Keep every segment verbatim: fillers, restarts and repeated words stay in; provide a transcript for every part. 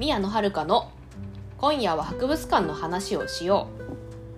宮野遥の今夜は博物館の話をしよう。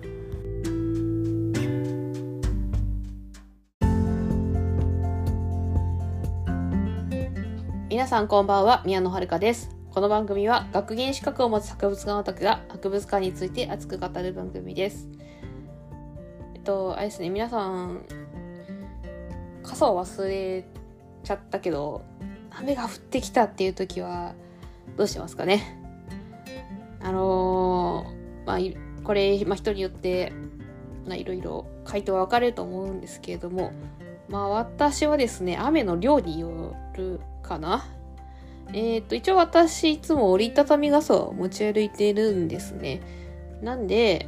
皆さんこんばんは、宮野遥です。この番組は学芸資格を持つ博物館オタクが博物館について熱く語る番組です。えっとあれですね、皆さん傘を忘れちゃったけど雨が降ってきたっていう時はどうしてますかね。あのー、まあこれ、まあ、人によっていろいろ回答は分かれると思うんですけれども、まあ私はですね、雨の量によるかな。えっと一応私いつも折りたたみ傘を持ち歩いてるんですね。なんで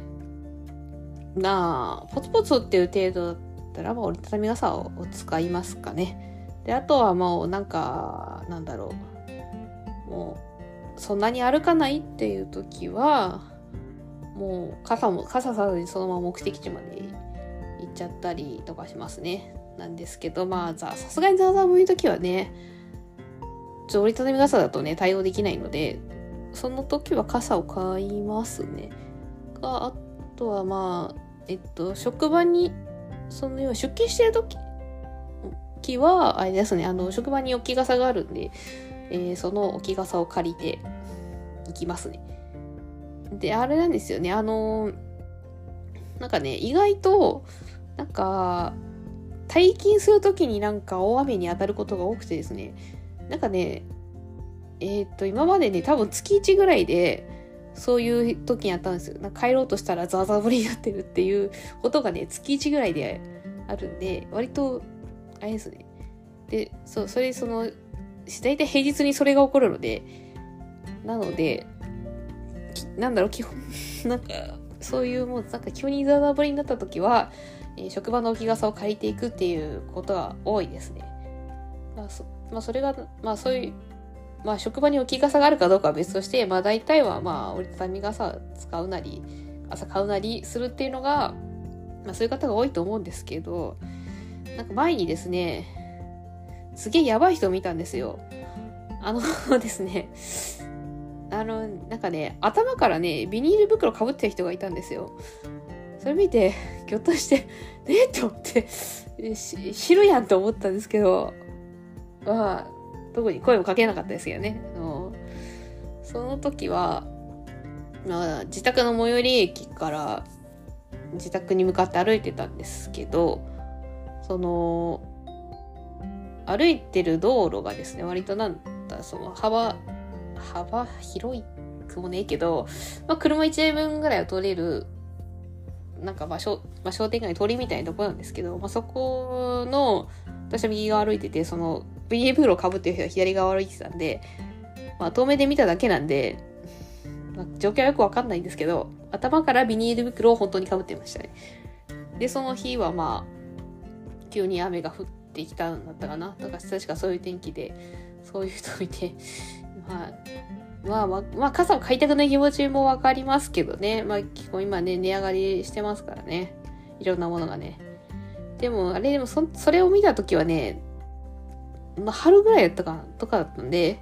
なあポツポツっていう程度だったら、まあ、折りたたみ傘を使いますかね。であとはもうなんかなんだろう、もうそんなに歩かないっていう時はもう傘も傘さずにそのまま目的地まで行っちゃったりとかしますね。なんですけど、まあさすがにザーザー降りの時はね、ちょ折りたたみ傘だとね対応できないので、その時は傘を買いますね。があとはまあえっと職場にその出勤してる時時はあれですね、あの職場に置き傘があるんで、えー、その置き傘を借りて行きますね。であれなんですよね、あのー、なんかね意外となんか退勤するときになんか大雨に当たることが多くてですね、なんかねえー、っと今までね多分月いちぐらいでそういう時にあったんですよ。なんか帰ろうとしたらザーザー降りになってるっていうことがね月いちぐらいであるんで、割とあれですね。でそうそれその大体平日にそれが起こるので、なのでなんだろう基本なんかそういうもうなんか急にザーザー降りになった時は、えー、職場の置き傘を借りていくっていうことが多いですね。まあ そ,、まあ、それがまあそういうまあ職場に置き傘があるかどうかは別として、まあ大体はまあ折りたたみ傘使うなり傘買うなりするっていうのが、まあそういう方が多いと思うんですけど、なんか前にですねすげえやばい人を見たんですよ。あのですねあのなんかね頭からねビニール袋かぶってる人がいたんですよ。それ見てぎょっとしてねえって思って知るやんと思ったんですけど、まあ特に声もかけなかったですけどね。あのその時は、まあ、自宅の最寄り駅から自宅に向かって歩いてたんですけど、その歩いてる道路がですね割となんだその幅幅広いくもねえけど、まあ、車いちだいぶんぐらいは通れるなんか場所、まあ、商店街の通りみたいなところなんですけど、まあ、そこの私は右側歩いてて、そのビニール袋をかぶってる人が左側歩いてたんで、まあ、遠目で見ただけなんで、まあ、状況はよくわかんないんですけど、頭からビニール袋を本当にかぶってましたね。でその日はまあ急に雨が降ってきたんだったかな、だから確かそういう天気でそういう人を見てまあまあまあ、まあ、傘を買いたくない気持ちもわかりますけどね。まあ結構今ね値上がりしてますからね、いろんなものがね。でもあれでも そ, それを見たときはね、まあ、春ぐらいだったかとかだったんで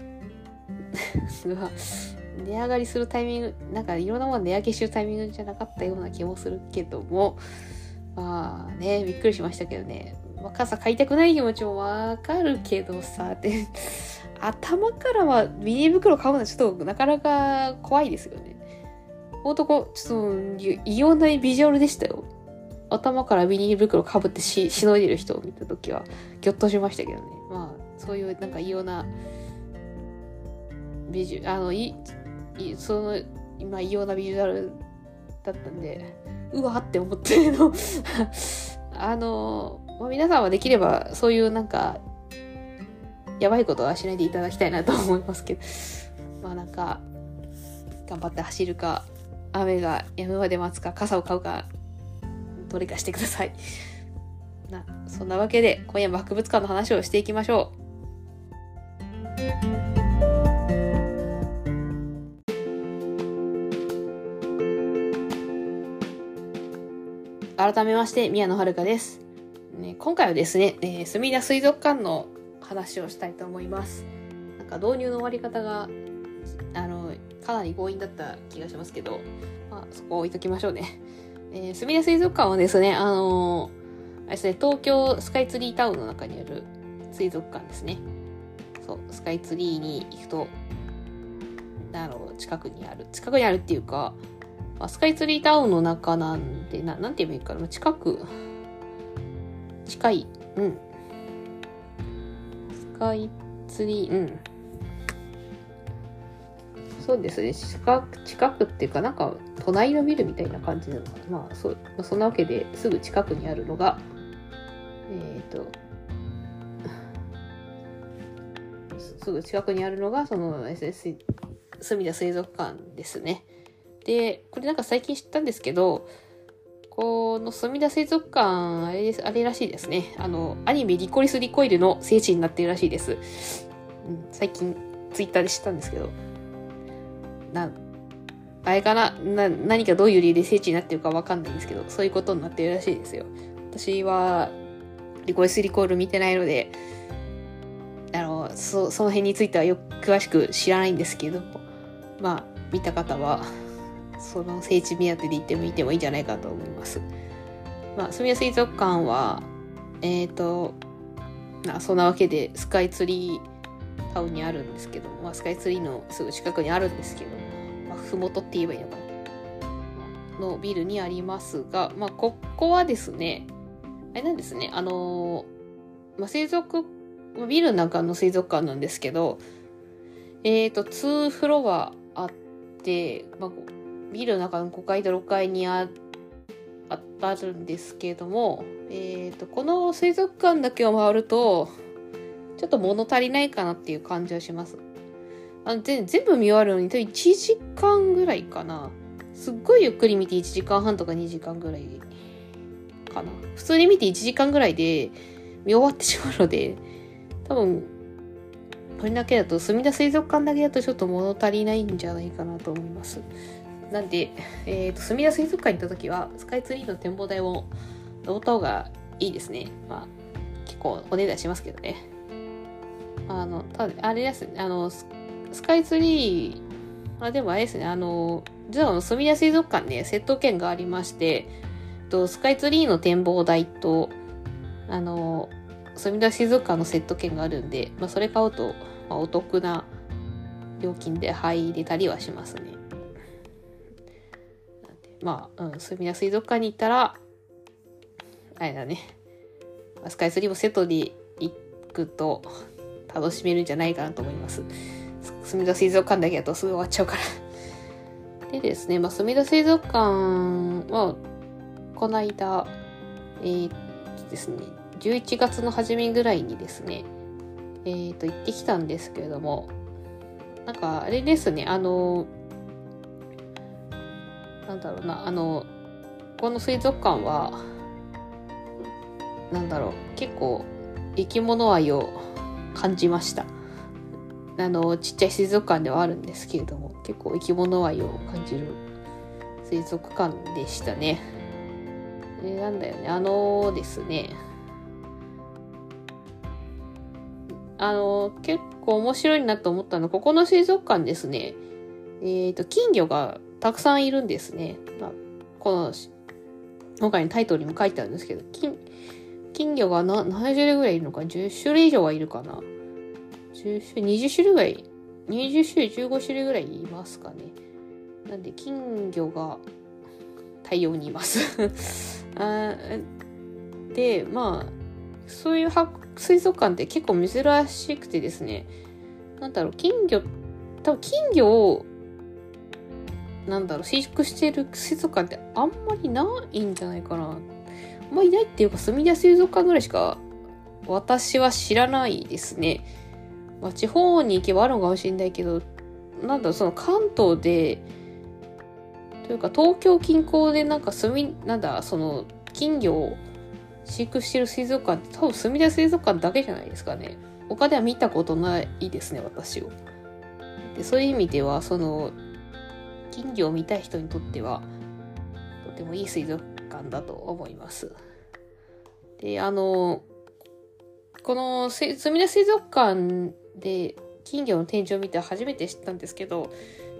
値上がりするタイミング、なんかいろんなもの値上げするタイミングじゃなかったような気もするけども、まあねびっくりしましたけどね。まあ、傘買いたくない気持ちもわかるけどさって頭からはビニール袋買うのはちょっとなかなか怖いですよね。ほんとこうちょっと異様なビジュアルでしたよ。頭からビニール袋かぶってししのいでる人を見たときはギョッとしましたけどね。まあそういうなんか異様なビジュあのいいその今異様なビジュアルだったんで、うわって思ってのあの、まあ、皆さんはできればそういうなんかやばいことはしないでいただきたいなと思いますけど、まあなんか頑張って走るか雨が止むまで待つか傘を買うかどれかしてください。なそんなわけで今夜も博物館の話をしていきましょう。改めまして宮野遥です、ね、今回はですね、えー、すみだ水族館の話をしたいと思います。なんか導入の終わり方があのかなり強引だった気がしますけど、まあ、そこ置いときましょうね。えー、すみだ水族館はですね、あのー、あれですね、東京スカイツリータウンの中にある水族館ですね。そう、スカイツリーに行くと、あの、近くにある、近くにあるっていうか、まあ、スカイツリータウンの中なんで、な、なんて言えばいいかな、近く、近い、うん。スカイツリー、うん。そうですね、近く、近くっていうか、なんか、隣のビルみたいな感じなのかな。まあ、そう、まあ、そんなわけですぐ近くにあるのが、えっと、すぐ近くにあるのが、その エスエス すみだ水族館ですね。で、これなんか最近知ったんですけど、このすみだ水族館、あれです、あれらしいですね。あの、アニメリコリスリコイルの聖地になっているらしいです。うん、最近、ツイッターで知ったんですけど、な、あれかな、な、何かどういう理由で聖地になってるかわかんないんですけど、そういうことになっているらしいですよ。私は、リコリスリコイル見てないので、あの、そ、その辺についてはよく詳しく知らないんですけども、まあ、見た方は、その聖地目当てで行ってみてもいいんじゃないかと思います。まあ、すみだ水族館は、えっと、なそんなわけでスカイツリータウンにあるんですけども、まあ、スカイツリーのすぐ近くにあるんですけども、まあ、ふもとって言えばいいのかなのビルにありますが、まあ、ここはですね、あれなんですね、あのー、まあ、水族、ビルの中の水族館なんですけど、えっと、にフロアあって、まあ、ビルの中のごかいとろっかいにあああるんですけども、えっと、この水族館だけを回ると、ちょっと物足りないかなっていう感じはします。あの全全部見終わるのにいちじかんぐらいかな。すっごいゆっくり見ていちじかんはんとかにじかんぐらいかな。普通に見ていちじかんぐらいで見終わってしまうので、多分、これだけだと、すみだ水族館だけだとちょっと物足りないんじゃないかなと思います。なんで、えっと、すみだ水族館に行った時は、スカイツリーの展望台を登った方がいいですね。まあ、結構お値段しますけどね。あの、ただ、あれですね、あの、スカイツリー、あ、でもあれですね、あの、実はすみだ水族館ね、セット券がありまして、とスカイツリーの展望台と、あの、すみだ水族館のセット券があるんで、まあ、それ買うと、まあ、お得な料金で入れたりはしますね。まあ、うん、すみだ水族館に行ったら、あれだね、スカイツリーもセットで行くと楽しめるんじゃないかなと思います。すみだ水族館だけだとすぐ終わっちゃうから。でですね、まあ、すみだ水族館は、この間、えー、っとですね、じゅういちがつの初めぐらいにですね、えー、っと、行ってきたんですけれども、なんか、あれですね、あの、なんだろうな、あの、この水族館は、なんだろう、結構生き物愛を感じました。あの、ちっちゃい水族館ではあるんですけれども、結構生き物愛を感じる水族館でしたね。えー、なんだよね、あのですね、あの、結構面白いなと思ったのは、ここの水族館ですね、えっと、金魚がたくさんいるんですね。まあ、この、今回のタイトルにも書いてあるんですけど、金、金魚がな何種類ぐらいいるのか、じゅっしゅるい以上はいるかな。じゅっ種類、にじゅっしゅるいぐらい、にじゅっしゅるい、じゅうごしゅるいぐらいいますかね。なんで、金魚が大量にいますあ。で、まあ、そういう水族館って結構珍しくてですね、なんだろう、金魚、多分金魚を、なんだろう、飼育してる水族館ってあんまりないんじゃないかな。あんまりいないっていうか、すみだ水族館ぐらいしか私は知らないですね。まあ、地方に行けばあるのかもしれないけど、なんだろう、その関東で、というか東京近郊でなんかすみ、なんだ、その金魚を飼育してる水族館って多分すみだ水族館だけじゃないですかね。他では見たことないですね、私を。でそういう意味では、その、金魚を見たい人にとっては、とてもいい水族館だと思います。で、あの、このすみだ水族館で金魚の展示を見て初めて知ったんですけど、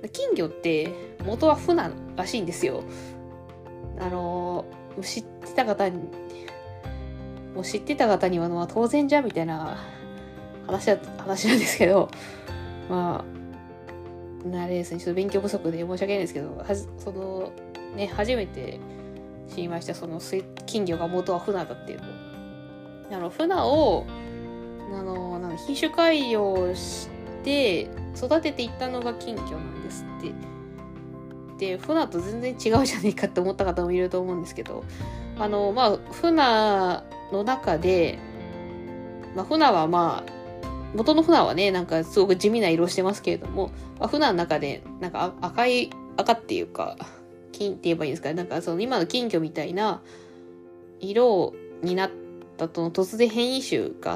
金魚って元は船らしいんですよ。あの知ってた方にもう知ってた方にはまあ当然じゃんみたいな話だ話なんですけど、まああれですね、ちょっと勉強不足で申し訳ないんですけど、はじそのね初めて知りました。その金魚が元は船だっていうの。あの船をあのなん品種改良して育てていったのが金魚なんですって。で船と全然違うじゃねえかって思った方もいると思うんですけど、あのまあ船の中で、まあ、船はまあ元の船はねなんかすごく地味な色してますけれども、まあ、船の中でなんか赤い赤っていうか金って言えばいいんですかね、なんかその今の金魚みたいな色になったとの突然変異種があって、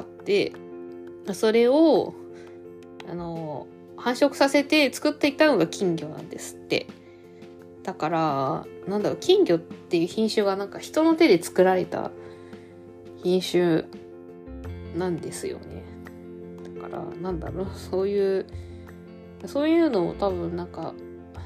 それをあの繁殖させて作っていったのが金魚なんですって。だからなんだろう、金魚っていう品種がなんか人の手で作られた品種なんですよね。だからなんだろう、そういうそういうのも多分なんか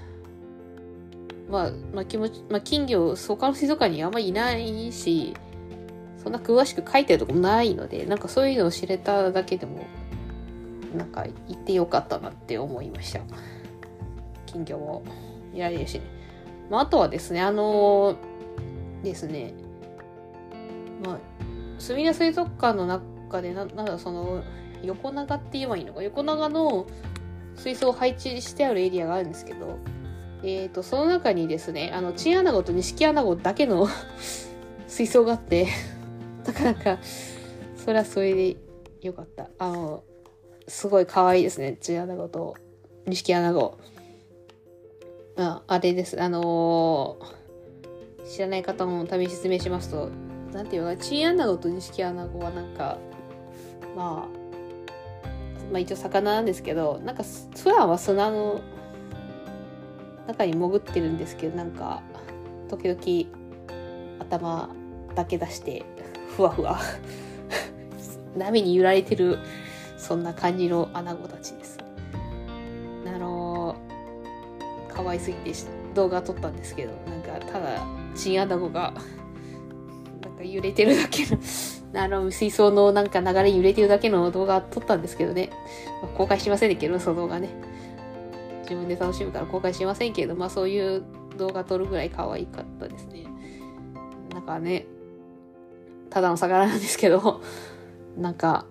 まあ、まあ気持ち、まあ金魚他の水族館にあんまりいないし、そんな詳しく書いてるとこもないので、なんかそういうのを知れただけでもなんか行ってよかったなって思いました。金魚も見られるしね。まあ、あとはですね、あのー、ですね、まあ、すみだ水族館の中でな、なんだその、横長って言えばいいのか、横長の水槽を配置してあるエリアがあるんですけど、えーと、その中にですね、あの、チンアナゴとニシキアナゴだけの水槽があって、なかなか、それはそれでよかった。あの、すごい可愛いですね、チンアナゴとニシキアナゴ。あ, あれです。あのー、知らない方もために説明しますと、なんていうのか、チンアナゴとニシキアナゴはなんか、まあ、まあ一応魚なんですけど、なんか普段は砂の中に潜ってるんですけど、なんか、時々頭だけ出して、ふわふわ、波に揺られてる、そんな感じのアナゴたちです。あのー、可愛すぎて動画撮ったんですけど、なんかただチンアナゴがなんか揺れてるだけのあの水槽のなんか流れに揺れてるだけの動画撮ったんですけどね、まあ、公開しませんけど、その動画ね自分で楽しむから公開しませんけど、まあそういう動画撮るぐらい可愛かったですね。なんかね、ただの魚なんですけど、なんか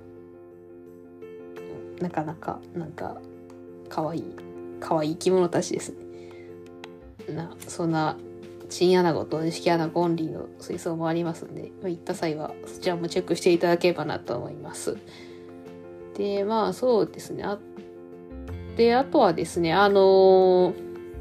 なかなかなんか可愛い可愛い生き物たちですね。なそんなチンアナゴとニシキアナゴオンリーの水槽もありますんで、行った際はそちらもチェックしていただければなと思います。で、まあそうですね。あで、あとはですね、あのー、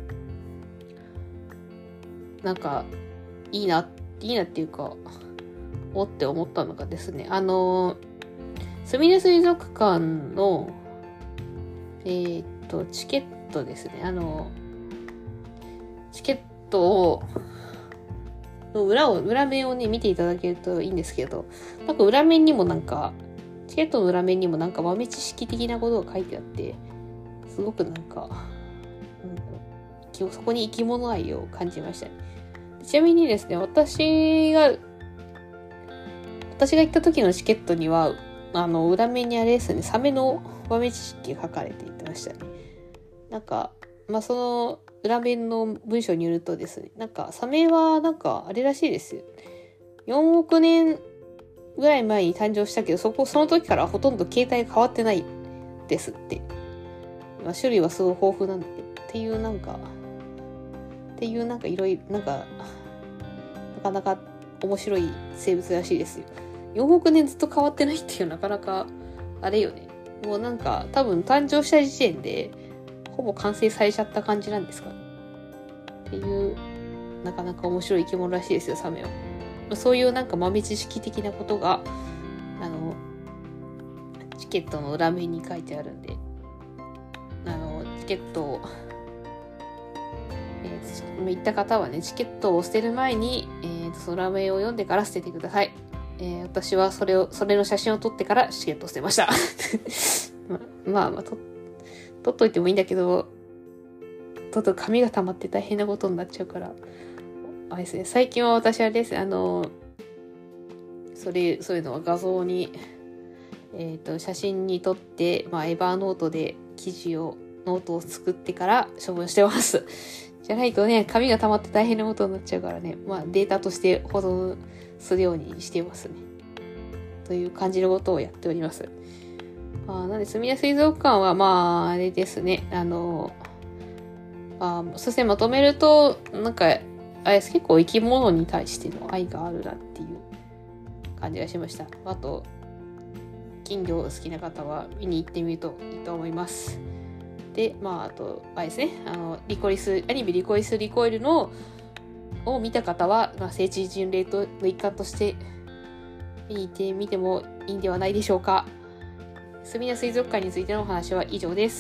なんかいいな、いいなっていうか、おって思ったのがですね、あのー、すみれ水族館の、えー、っと、チケットですね。あのー、チケットを、裏を、裏面をね、見ていただけるといいんですけど、なんか裏面にもなんか、チケットの裏面にもなんか豆知識的なことが書いてあって、すごくなんか、うん、そこに生き物愛を感じましたね。ちなみにですね、私が、私が行った時のチケットには、あの、裏面にあれですね、サメの豆知識が書かれていましたね。なんか、まあ、その、裏面の文章によるとですね、なんかサメはなんかあれらしいですよ。よんおくねんぐらい前に誕生したけど、そこその時からほとんど形態が変わってないですって。まあ、種類はすごい豊富なんだけどっていうなんかっていうなんかいろいろなんかなかなか面白い生物らしいですよ。よんおくねんずっと変わってないっていうなかなかあれよね。もうなんか多分誕生した時点でほぼ完成されちゃった感じなんですかね。っていう、なかなか面白い生き物らしいですよ、サメは。そういうなんか豆知識的なことが、あの、チケットの裏面に書いてあるんで、あの、チケットを、えー、行った方はね、チケットを捨てる前に、えー、その裏面を読んでから捨ててください。えー、私はそれを、それの写真を撮ってからチケットを捨てました。まあまあまあ、と撮っといてもいいんだけど、 どんどん髪が溜まって大変なことになっちゃうから、あれですね、最近は私はですね、あの、それ、そういうのは画像に、えっと、写真に撮って、まあ、エヴァーノートで記事を、ノートを作ってから処分してます。じゃないとね、紙が溜まって大変なことになっちゃうからね、まあ、データとして保存するようにしていますね。という感じのことをやっております。まあ、なんで、すみだ水族館は、まあ、あれですね、あの、まあ、そしてまとめると、なんか、あれです、結構生き物に対しての愛があるなっていう感じがしました。あと、金魚好きな方は見に行ってみるといいと思います。で、まあ、あと、あれですね、あの、リコリス、アニメリコリス・リコイルの、を見た方は、まあ、聖地巡礼との一環として見に行ってみてもいいんではないでしょうか。すみだ水族館についてのお話は以上です。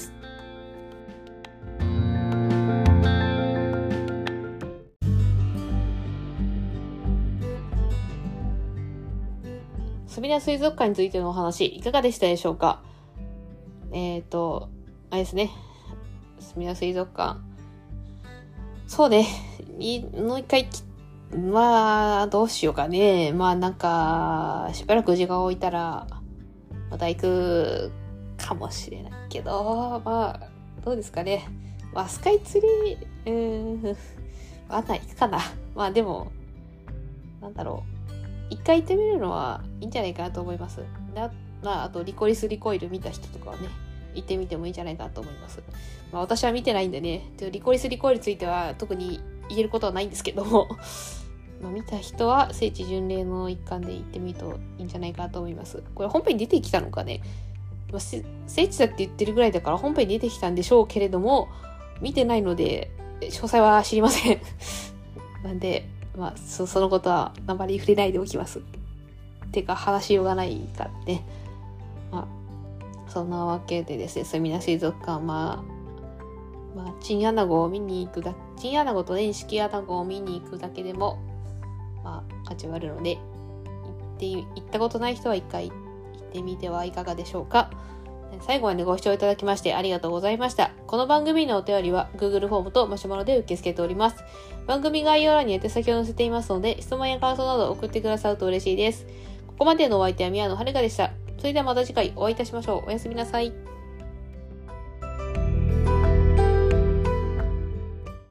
すみだ水族館についてのお話いかがでしたでしょうか。えっと、あれですね。すみだ水族館。そうね。もう一回、まあ、どうしようかね。まあなんか、しばらく時間を置いたら、また行くかもしれないけど、まあ、どうですかね。まあ、スカイツリー、うーん、わかんない、行くかな。まあでも、なんだろう。一回行ってみるのはいいんじゃないかなと思います。だまあ、あと、リコリス・リコイル見た人とかはね、行ってみてもいいんじゃないかなと思います。まあ、私は見てないんでね、リコリス・リコイルについては特に言えることはないんですけども、まあ、見た人は聖地巡礼の一環で行ってみるといいんじゃないかなと思います。これ本編に出てきたのかね、まあ、聖地だって言ってるぐらいだから本編に出てきたんでしょうけれども、見てないので、詳細は知りません。なんで、まあそ、そのことはあまり触れないでおきます。てか、話しようがないからね。まあ、そんなわけでですね、すみだ水族館、まあ、まあ、チンアナゴを見に行くだ、チンアナゴと年式アナゴを見に行くだけでも、まあ、価値はあるので、行って、行ったことない人は一回行ってみてはいかがでしょうか。最後までご視聴いただきましてありがとうございました。この番組のお便りは Google フォームとマシュマロで受け付けております。番組概要欄に宛先を載せていますので、質問や感想など送ってくださると嬉しいです。ここまでのお相手は宮野遥でした。それではまた次回お会いいたしましょう。おやすみなさい。